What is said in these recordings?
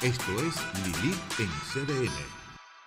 Esto es Lili en CDN.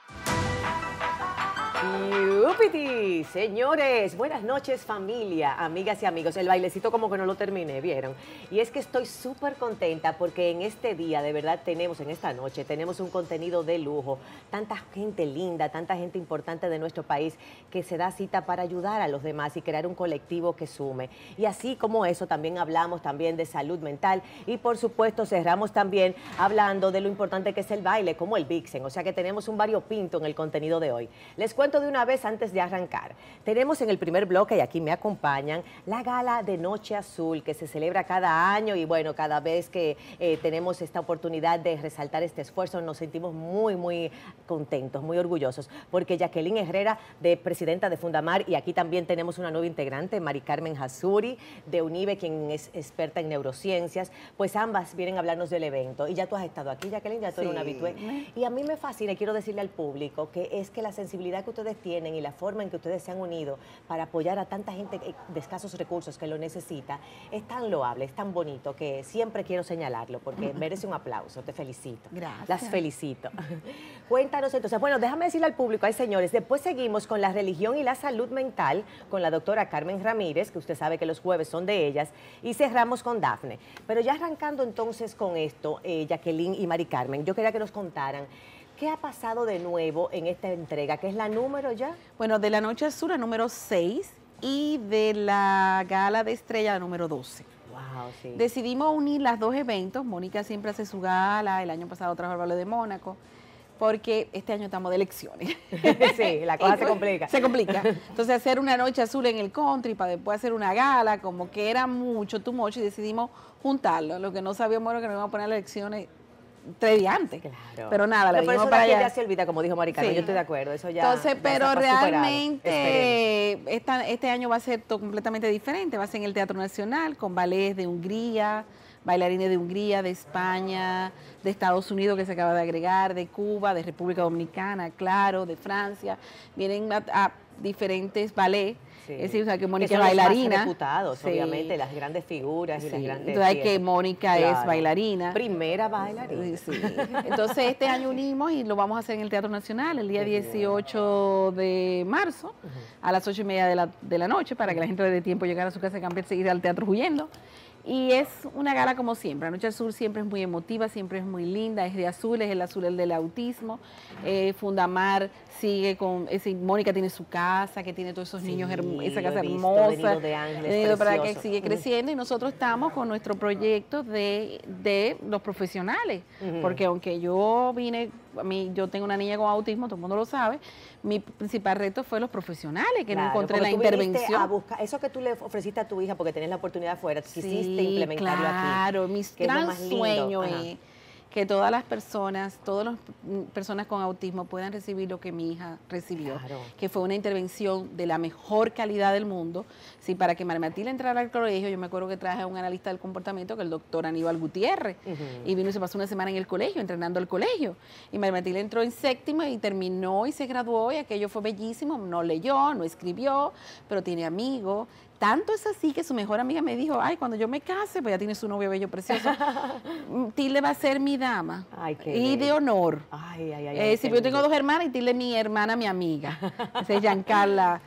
¡Yupiti! Señores, buenas noches familia, amigas y amigos. El bailecito como que no lo terminé, ¿vieron? Y es que estoy súper contenta porque en este día, de verdad, en esta noche, tenemos un contenido de lujo. Tanta gente linda, tanta gente importante de nuestro país que se da cita para ayudar a los demás y crear un colectivo que sume. Y así como eso, también hablamos también de salud mental y por supuesto cerramos también hablando de lo importante que es el baile, como el Vixen. O sea que tenemos un variopinto en el contenido de hoy. Les cuento de una vez antes de arrancar. Tenemos en el primer bloque, y aquí me acompañan, la gala de Noche Azul que se celebra cada año y bueno, cada vez que tenemos esta oportunidad de resaltar este esfuerzo nos sentimos muy contentos, muy orgullosos, porque Jacqueline Herrera, presidenta de Fundamar, y aquí también tenemos una nueva integrante, Mari Carmen Jasuri, de UNIBE, quien es experta en neurociencias, pues ambas vienen a hablarnos del evento. Y ya tú has estado aquí, Jacqueline, ya tú eres una habitué. Y a mí me fascina, y quiero decirle al público, que es que la sensibilidad que ustedes tienen y la forma en que ustedes se han unido para apoyar a tanta gente de escasos recursos que lo necesita, es tan loable, es tan bonito, que siempre quiero señalarlo, porque merece un aplauso. Te felicito. Gracias. Las felicito. Cuéntanos entonces, bueno, déjame decirle al público, ay señores, después seguimos con la religión y la salud mental, con la doctora Carmen Ramírez, que usted sabe que los jueves son de ellas, y cerramos con Dafne. Pero ya arrancando entonces con esto, Jacqueline y Mari Carmen, yo quería que nos contaran ¿qué ha pasado de nuevo en esta entrega? ¿Qué es la número ya? Bueno, de la Noche Azul, la número 6, y de la Gala de Estrella, la número 12. Wow, sí. Decidimos unir los dos eventos. Mónica siempre hace su gala, el año pasado trajo el Ballet de Mónaco, porque este año estamos de elecciones. Sí, la cosa se complica. Se complica. Entonces, hacer una Noche Azul en el country para después hacer una gala, como que era mucho, too much, y decidimos juntarlo. Lo que no sabíamos era que nos íbamos a poner las elecciones 3 días antes. Claro. Pero nada, la dijimos para allá. Ya se olvida, como dijo Mari Carmen, sí. Yo estoy de acuerdo, eso ya. Entonces, ya pero realmente superado. este año va a ser completamente diferente. Va a ser en el Teatro Nacional, con ballets de Hungría, bailarines de Hungría, de España, de Estados Unidos, que se acaba de agregar, de Cuba, de República Dominicana, claro, de Francia. Vienen a diferentes ballets. Sí. Es decir, o sea, que Mónica es bailarina. Los reputados, sí. Obviamente, las grandes figuras y las grandes. Entonces hay que Mónica es bailarina. Primera bailarina. Sí. Entonces este año unimos y lo vamos a hacer en el Teatro Nacional el día 18 de marzo a las 8:30 de la noche para que la gente le dé tiempo de llegar a su casa y cambiarse y ir al teatro huyendo. Y es una gala como siempre. La Noche Azul siempre es muy emotiva, siempre es muy linda, es de azul, es el azul el del autismo. Fundamar sigue con, Mónica tiene su casa, que tiene todos esos niños, esa casa hermosa, de ángeles, para que sigue creciendo. Y nosotros estamos con nuestro proyecto de los profesionales, porque aunque yo yo tengo una niña con autismo, todo el mundo lo sabe, mi principal reto fue los profesionales, que no encontré la intervención. A buscar, eso que tú le ofreciste a tu hija porque tenías la oportunidad afuera, quisiste implementarlo aquí. Claro, mi gran sueño es que todas las personas con autismo puedan recibir lo que mi hija recibió, que fue una intervención de la mejor calidad del mundo. Sí, para que María Matilde entrara al colegio, yo me acuerdo que traje a un analista del comportamiento, que es el doctor Aníbal Gutiérrez, y vino y se pasó una semana en el colegio, entrenando al colegio. Y María Matilde entró en séptimo y terminó y se graduó, y aquello fue bellísimo. No leyó, no escribió, pero tiene amigos. Tanto es así que su mejor amiga me dijo, ay, cuando yo me case, pues ya tiene su novio bello precioso, Tilde va a ser mi dama. Ay, qué y de honor. Si yo tengo 2 hermanas y Tilde mi hermana, mi amiga. Esa es Giancarla,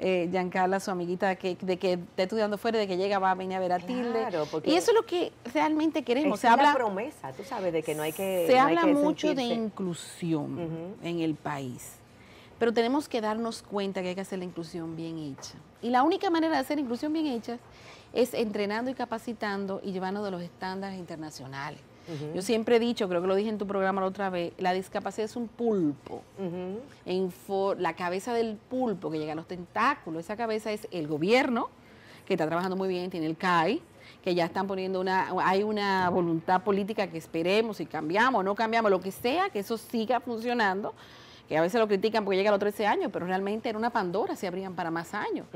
su amiguita, de que está estudiando fuera, de que llega va a venir a ver a Tilde. Y eso es lo que realmente queremos. Se habla promesa, tú sabes, de que no hay que. Se habla mucho de inclusión en el país. Pero tenemos que darnos cuenta que hay que hacer la inclusión bien hecha. Y la única manera de hacer inclusión bien hecha es entrenando y capacitando y llevando de los estándares internacionales. Yo siempre he dicho, creo que lo dije en tu programa la otra vez, la discapacidad es un pulpo. La cabeza del pulpo que llega a los tentáculos, esa cabeza es el gobierno, que está trabajando muy bien, tiene el CAI, que ya están poniendo hay una voluntad política que esperemos, si cambiamos o no cambiamos, lo que sea, que eso siga funcionando, que a veces lo critican porque llega a los 13 años, pero realmente era una Pandora, se abrían para más años.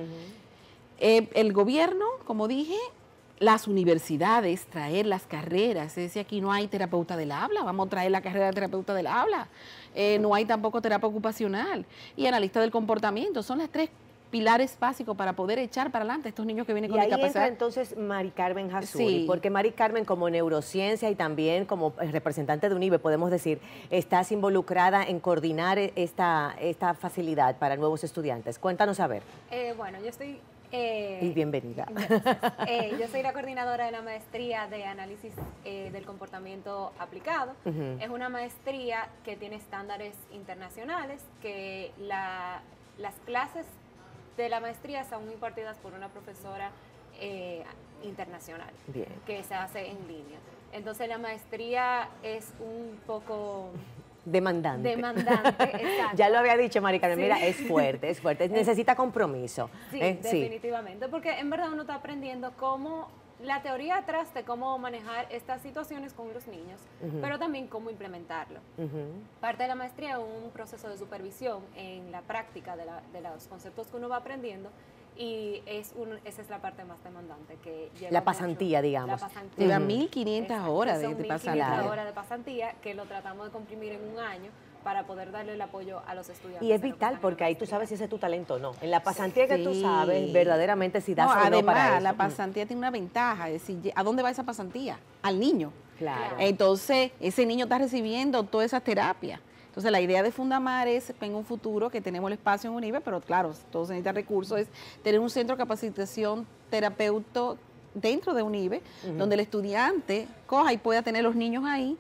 El gobierno, como dije, las universidades, traer las carreras, es decir, aquí no hay terapeuta del habla, vamos a traer la carrera de terapeuta del habla, no hay tampoco terapia ocupacional y analista del comportamiento, son las 3 pilares básicos para poder echar para adelante a estos niños que vienen Y con ahí discapacidad. entra entonces Mari Carmen Jasuri, Sí. porque Mari Carmen como neurociencia y también como representante de UNIBE, podemos decir, estás involucrada en coordinar esta facilidad para nuevos estudiantes. Cuéntanos a ver. Bueno, yo estoy... Y bienvenida. Yo soy la coordinadora de la maestría de análisis del comportamiento aplicado. Es una maestría que tiene estándares internacionales, que las clases de la maestría son impartidas por una profesora internacional, Bien. que se hace en línea. Entonces la maestría es un poco... Demandante. Exacto. Ya lo había dicho, Mari Carmen, Sí. mira, es fuerte, necesita compromiso. Sí, Sí. definitivamente, porque en verdad uno está aprendiendo cómo, la teoría atrás de cómo manejar estas situaciones con los niños, pero también cómo implementarlo. Parte de la maestría es un proceso de supervisión en la práctica de los conceptos que uno va aprendiendo, y esa es la parte más demandante que lleva La mucho. pasantía, digamos. La pasantía. Lleva 1.500 Exacto, horas son de 1.500 pasantía. horas de pasantía que lo tratamos de comprimir en un año para poder darle el apoyo a los estudiantes. Y es en lo que vital están en porque la ahí tú maestría. sabes si ese es tu talento o no. En la pasantía que tú Sí. sabes verdaderamente si das No, o no además, para eso. la pasantía tiene una ventaja, es decir, ¿a dónde va esa pasantía? Al niño. Claro. Entonces, ese niño está recibiendo toda esa terapia. Entonces, la idea de Fundamar es, en un futuro, que tenemos el espacio en UNIBE, pero claro, todo se necesita recursos, es tener un centro de capacitación terapeuta dentro de UNIBE, donde el estudiante coja y pueda tener los niños ahí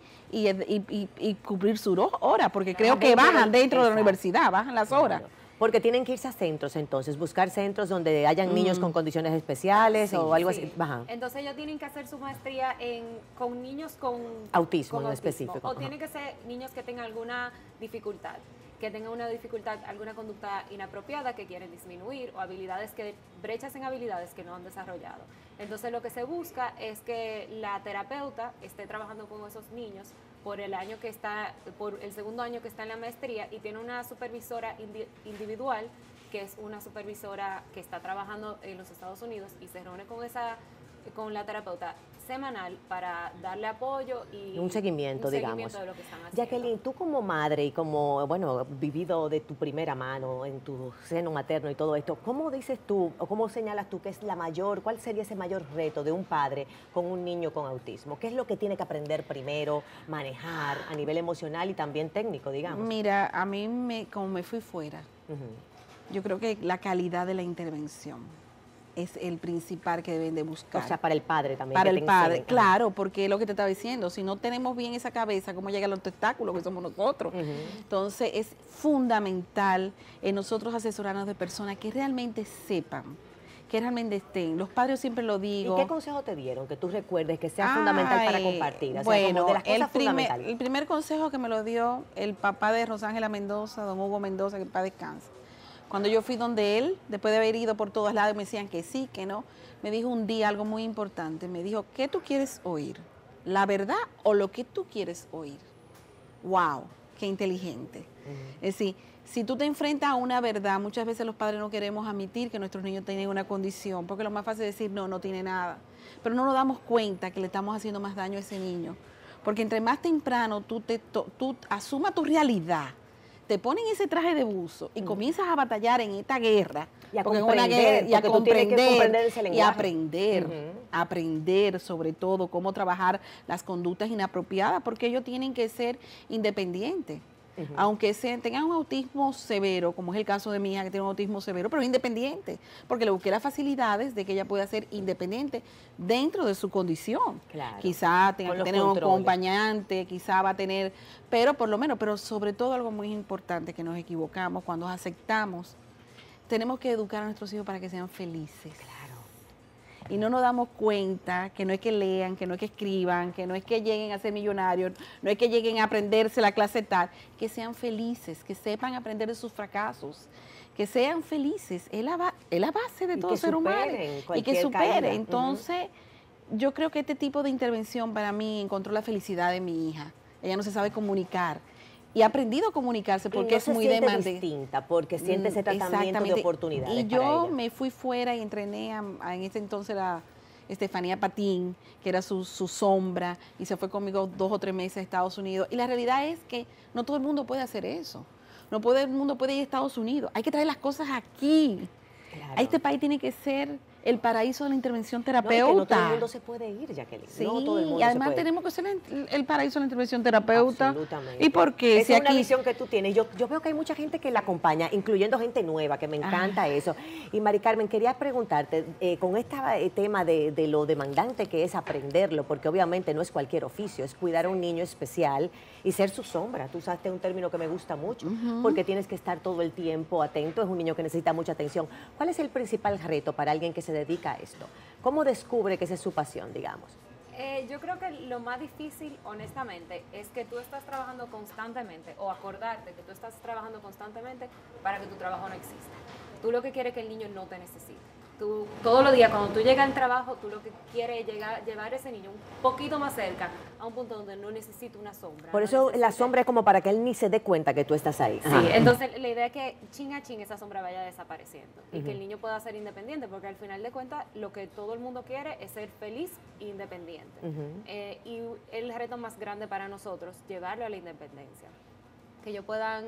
y cubrir sus horas, porque creo que dentro bajan del- dentro de la exacto. universidad, bajan las horas. Claro. Porque tienen que irse a centros entonces, buscar centros donde hayan niños con condiciones especiales o algo Sí. así. Ajá. Entonces ellos tienen que hacer su maestría con niños con Autismo en específico. O Ajá. tienen que ser niños que tengan alguna dificultad, alguna conducta inapropiada que quieren disminuir, o brechas en habilidades que no han desarrollado. Entonces lo que se busca es que la terapeuta esté trabajando con esos niños por el segundo año que está en la maestría, y tiene una supervisora individual, que es una supervisora que está trabajando en los Estados Unidos, y se reúne con la terapeuta semanal para darle apoyo y Un seguimiento, digamos. de lo que están haciendo. Jacqueline, tú como madre y como, bueno, vivido de tu primera mano en tu seno materno y todo esto, ¿cómo dices tú o cómo señalas tú que es cuál sería ese mayor reto de un padre con un niño con autismo? ¿Qué es lo que tiene que aprender primero, manejar a nivel emocional y también técnico, digamos? Mira, a mí, como me fui fuera, yo creo que la calidad de la intervención es el principal que deben de buscar. O sea, para el padre también. Para que el te padre, enseñen. claro, porque es lo que te estaba diciendo, si no tenemos bien esa cabeza, ¿cómo llegan los tentáculos que somos nosotros? Entonces es fundamental en nosotros asesorarnos de personas que realmente sepan, que realmente estén. Los padres siempre lo digo. ¿Y qué consejo te dieron que tú recuerdes que sea fundamental para compartir? O sea, Bueno, como de las cosas fundamentales. el primer consejo que me lo dio el papá de Rosángela Mendoza, don Hugo Mendoza, que el padre descanse. Cuando yo fui donde él, después de haber ido por todos lados, me decían que sí, que no, me dijo un día algo muy importante. Me dijo, ¿qué tú quieres oír? ¿La verdad o lo que tú quieres oír? ¡Wow! ¡Qué inteligente! Es decir, si tú te enfrentas a una verdad, muchas veces los padres no queremos admitir que nuestros niños tienen una condición, porque lo más fácil es decir, no tiene nada. Pero no nos damos cuenta que le estamos haciendo más daño a ese niño. Porque entre más temprano tú asumas tu realidad, te ponen ese traje de buzo y comienzas a batallar en esta guerra, Y a porque es una comprender, guerra, y a porque tú tienes que comprender, comprender ese y lenguaje. aprender sobre todo cómo trabajar las conductas inapropiadas, porque ellos tienen que ser independientes. Aunque tengan un autismo severo, como es el caso de mi hija que tiene un autismo severo, pero independiente, porque le busqué las facilidades de que ella pueda ser independiente dentro de su condición. Claro. Quizá tenga Con que los tener un controles. acompañante, quizá va a tener, pero por lo menos, pero sobre todo algo muy importante que nos equivocamos cuando aceptamos, tenemos que educar a nuestros hijos para que sean felices. Claro. Y no nos damos cuenta que no es que lean, que no es que escriban, que no es que lleguen a ser millonarios, no es que lleguen a aprenderse la clase tal, que sean felices, que sepan aprender de sus fracasos, que sean felices. Es la base de Y todo que ser humano. superen Y que cualquier supere. caída. Entonces, yo creo que este tipo de intervención para mí encontró la felicidad de mi hija. Ella no se sabe comunicar. Y ha aprendido a comunicarse porque y no es se muy siente demandante. distinta porque siente ese tratamiento de Exactamente. oportunidades Y para yo ella. me fui fuera y entrené en ese entonces a Estefanía Patín, que era su sombra, y se fue conmigo 2 o 3 meses a Estados Unidos. Y la realidad es que no todo el mundo puede hacer eso. No todo el mundo puede ir a Estados Unidos. Hay que traer las cosas aquí. Claro. Este país tiene que ser el paraíso de la intervención No, y terapeuta. que no todo el mundo se puede ir, Jacqueline. Sí, no todo el mundo y además se puede ir. tenemos que ser el paraíso de la intervención terapeuta. Absolutamente. ¿Y por qué? Esa Si es una aquí visión que tú tienes. Yo veo que hay mucha gente que la acompaña, incluyendo gente nueva, que me encanta eso. Y Mari Carmen, quería preguntarte, con este tema de lo demandante que es aprenderlo, porque obviamente no es cualquier oficio, es cuidar a un niño especial y ser su sombra. Tú usaste un término que me gusta mucho, porque tienes que estar todo el tiempo atento, es un niño que necesita mucha atención. ¿Cuál es el principal reto para alguien que se dedica a esto? ¿Cómo descubre que esa es su pasión, digamos? Yo creo que lo más difícil, honestamente, es que tú estás trabajando constantemente o acordarte que tú estás trabajando constantemente para que tu trabajo no exista. Tú lo que quieres es que el niño no te necesite. Tú, todos los días, cuando tú llegas al trabajo, tú lo que quieres es llevar a ese niño un poquito más cerca a un punto donde no necesita una sombra. Por no eso la necesite- sombra es como para que él ni se dé cuenta que tú estás ahí. Sí, entonces la idea es que chin a chin esa sombra vaya desapareciendo y que el niño pueda ser independiente, porque al final de cuentas lo que todo el mundo quiere es ser feliz e independiente. Y el reto más grande para nosotros, llevarlo a la independencia. Que ellos puedan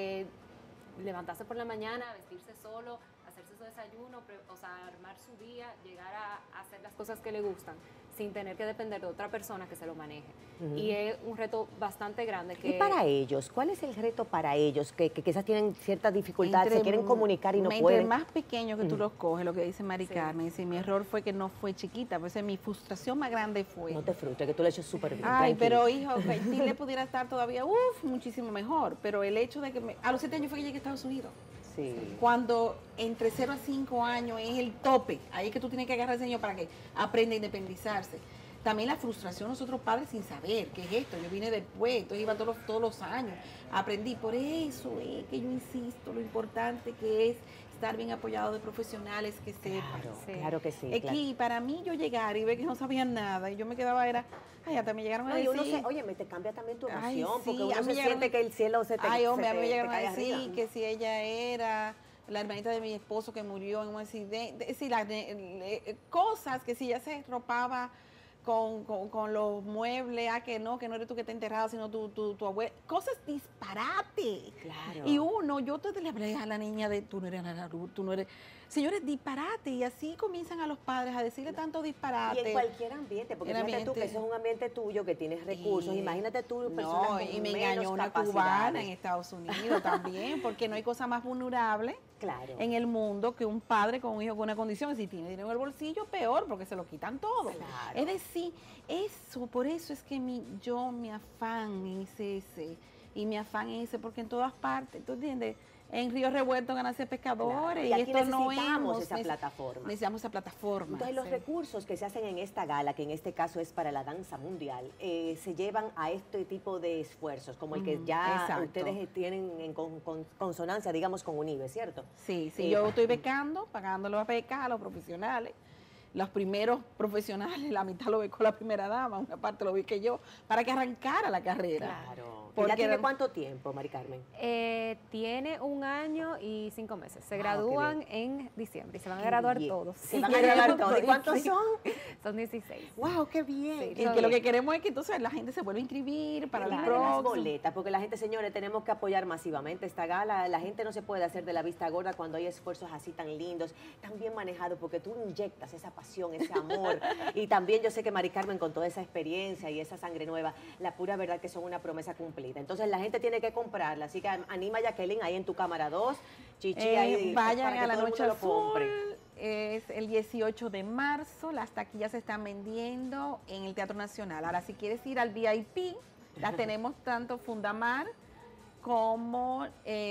levantarse por la mañana, vestirse solo, hacerse su desayuno, o sea, armar su día, llegar a hacer las cosas que le gustan, sin tener que depender de otra persona que se lo maneje. Y es un reto bastante grande. ¿Y para ellos? ¿Cuál es el reto para ellos? Que quizás tienen cierta dificultad, se quieren comunicar y no entre pueden. más pequeño que tú los coges, lo que dice Mari Carmen, si mi error fue que no fue chiquita, pues mi frustración más grande fue. No te frustres, que tú lo has hecho súper bien. Ay, tranquila. pero hijo, si le pudiera estar todavía, muchísimo mejor. Pero el hecho de que a los 7 años fue que llegué a Estados Unidos. Sí. Cuando entre 0 a 5 años es el tope, ahí es que tú tienes que agarrar al niño para que aprenda a independizarse. También la frustración nosotros padres sin saber qué es esto. Yo vine después, entonces iba todos los años, aprendí. Por eso es que yo insisto, lo importante que es estar bien apoyado de profesionales que sepan. Claro que sí. Aquí, para mí, yo llegar y ver que no sabían nada, y yo me quedaba, hasta me llegaron a No, y decir... uno oye, me te cambia también tu emoción, Ay, porque sí, uno a mí se llegaron- siente que el cielo se te Ay, hombre, se a mí me te llegaron a cae decir arriba. que si ella era la hermanita de mi esposo que murió en un accidente, cosas que si ella se ropaba con los muebles, que no eres tú que te enterrado, sino tu abuela, cosas disparate. Claro. Y yo te le hablé a la niña de tú no eres Naruto, tú no eres... Señores, disparate, y así comienzan a los padres a decirle tanto disparate. Y en cualquier ambiente, porque fíjate tú que ese es un ambiente tuyo, que tienes recursos, imagínate tú personas con y me menos engañó una capacidades. cubana en Estados Unidos también, porque no hay cosa más vulnerable Claro. en el mundo que un padre con un hijo con una condición. Si tiene dinero en el bolsillo, peor, porque se lo quitan todo. Claro. Es decir, por eso es que mi afán es ese, y mi afán es ese, porque en todas partes, ¿tú entiendes? En Río Revuelto ganarse pescadores, Claro. y aquí esto no necesitamos es, esa plataforma. Necesitamos esa plataforma. Entonces, los recursos que se hacen en esta gala, que en este caso es para la danza mundial, se llevan a este tipo de esfuerzos, como el que ya exacto. ustedes tienen en consonancia, digamos, con UNIBE, ¿cierto? Sí, yo estoy becando, pagando las becas a los profesionales. Los primeros profesionales, la mitad lo becó la primera dama, una parte lo bequé yo, para que arrancara la carrera. Claro. Porque ¿Ya tiene cuánto tiempo, Mari Carmen? Tiene 1 año y 5 meses. Se Wow, gradúan en diciembre y se van a graduar bien. todos. Se van a graduar todos. ¿Y cuántos son? Son 16. ¡Wow, qué bien! Sí, Y que lo que queremos es que entonces la gente se vuelva a inscribir para Claro, el las próximo. boletas, porque la gente, señores, tenemos que apoyar masivamente esta gala. La gente no se puede hacer de la vista gorda cuando hay esfuerzos así tan lindos, tan bien manejados, porque tú inyectas esa pasión, ese amor. Y también yo sé que Mari Carmen, con toda esa experiencia y esa sangre nueva, la pura verdad que son una promesa cumplida. Entonces la gente tiene que comprarla. Así que anima a Jacqueline ahí en tu cámara 2, Chichi ahí, vayan para que a la todo el Noche mundo lo compre. Azul, es el 18 de marzo, las taquillas se están vendiendo en el Teatro Nacional. Ahora, si quieres ir al VIP, las tenemos tanto Fundamar como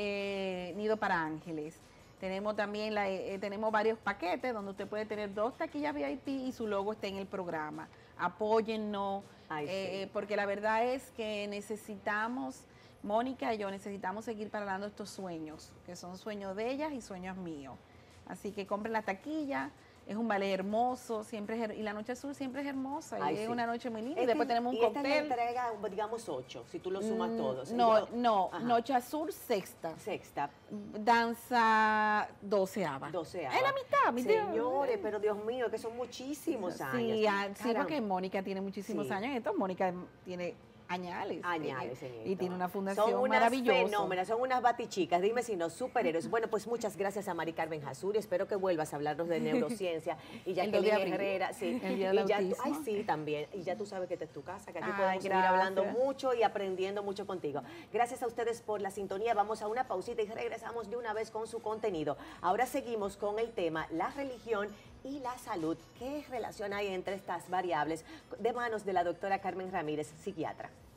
Nido para Ángeles. Tenemos también tenemos varios paquetes donde usted puede tener 2 taquillas VIP y su logo está en el programa. Apóyennos, Ay, sí. porque la verdad es que necesitamos, Mónica y yo necesitamos seguir parando estos sueños, que son sueños de ellas y sueños míos. Así que compren la taquilla. Es un ballet hermoso, y la Noche Azul siempre es hermosa, Ay, y es sí. una noche muy linda, y después tenemos un y esta cóctel. es la entrega, digamos, 8, si tú lo sumas todos. No, Ajá. Noche Azul sexta, Sexta, danza 12ª. 12ª. Es la mitad, mi Dios. Señores, pero Dios mío, que son muchísimos años. Sí, sí, Caramba. porque Mónica tiene muchísimos Sí. años, entonces Mónica tiene añales. Añales en esto. Y tiene una fundación son unas maravillosa. fenómenas, son unas batichicas, dime si no, superhéroes. Bueno, pues muchas gracias a Mari Carmen Jasuri, espero que vuelvas a hablarnos de neurociencia. Y Jacqueline Herrera, sí. El día del autismo. Ay, sí, también. Y ya tú sabes que esta es tu casa, que aquí Ay, podemos seguir gracias. hablando mucho y aprendiendo mucho contigo. Gracias a ustedes por la sintonía. Vamos a una pausita y regresamos de una vez con su contenido. Ahora seguimos con el tema, la religión y la salud. ¿Qué relación hay entre estas variables? De manos de la doctora Carmen Ramírez, psiquiatra.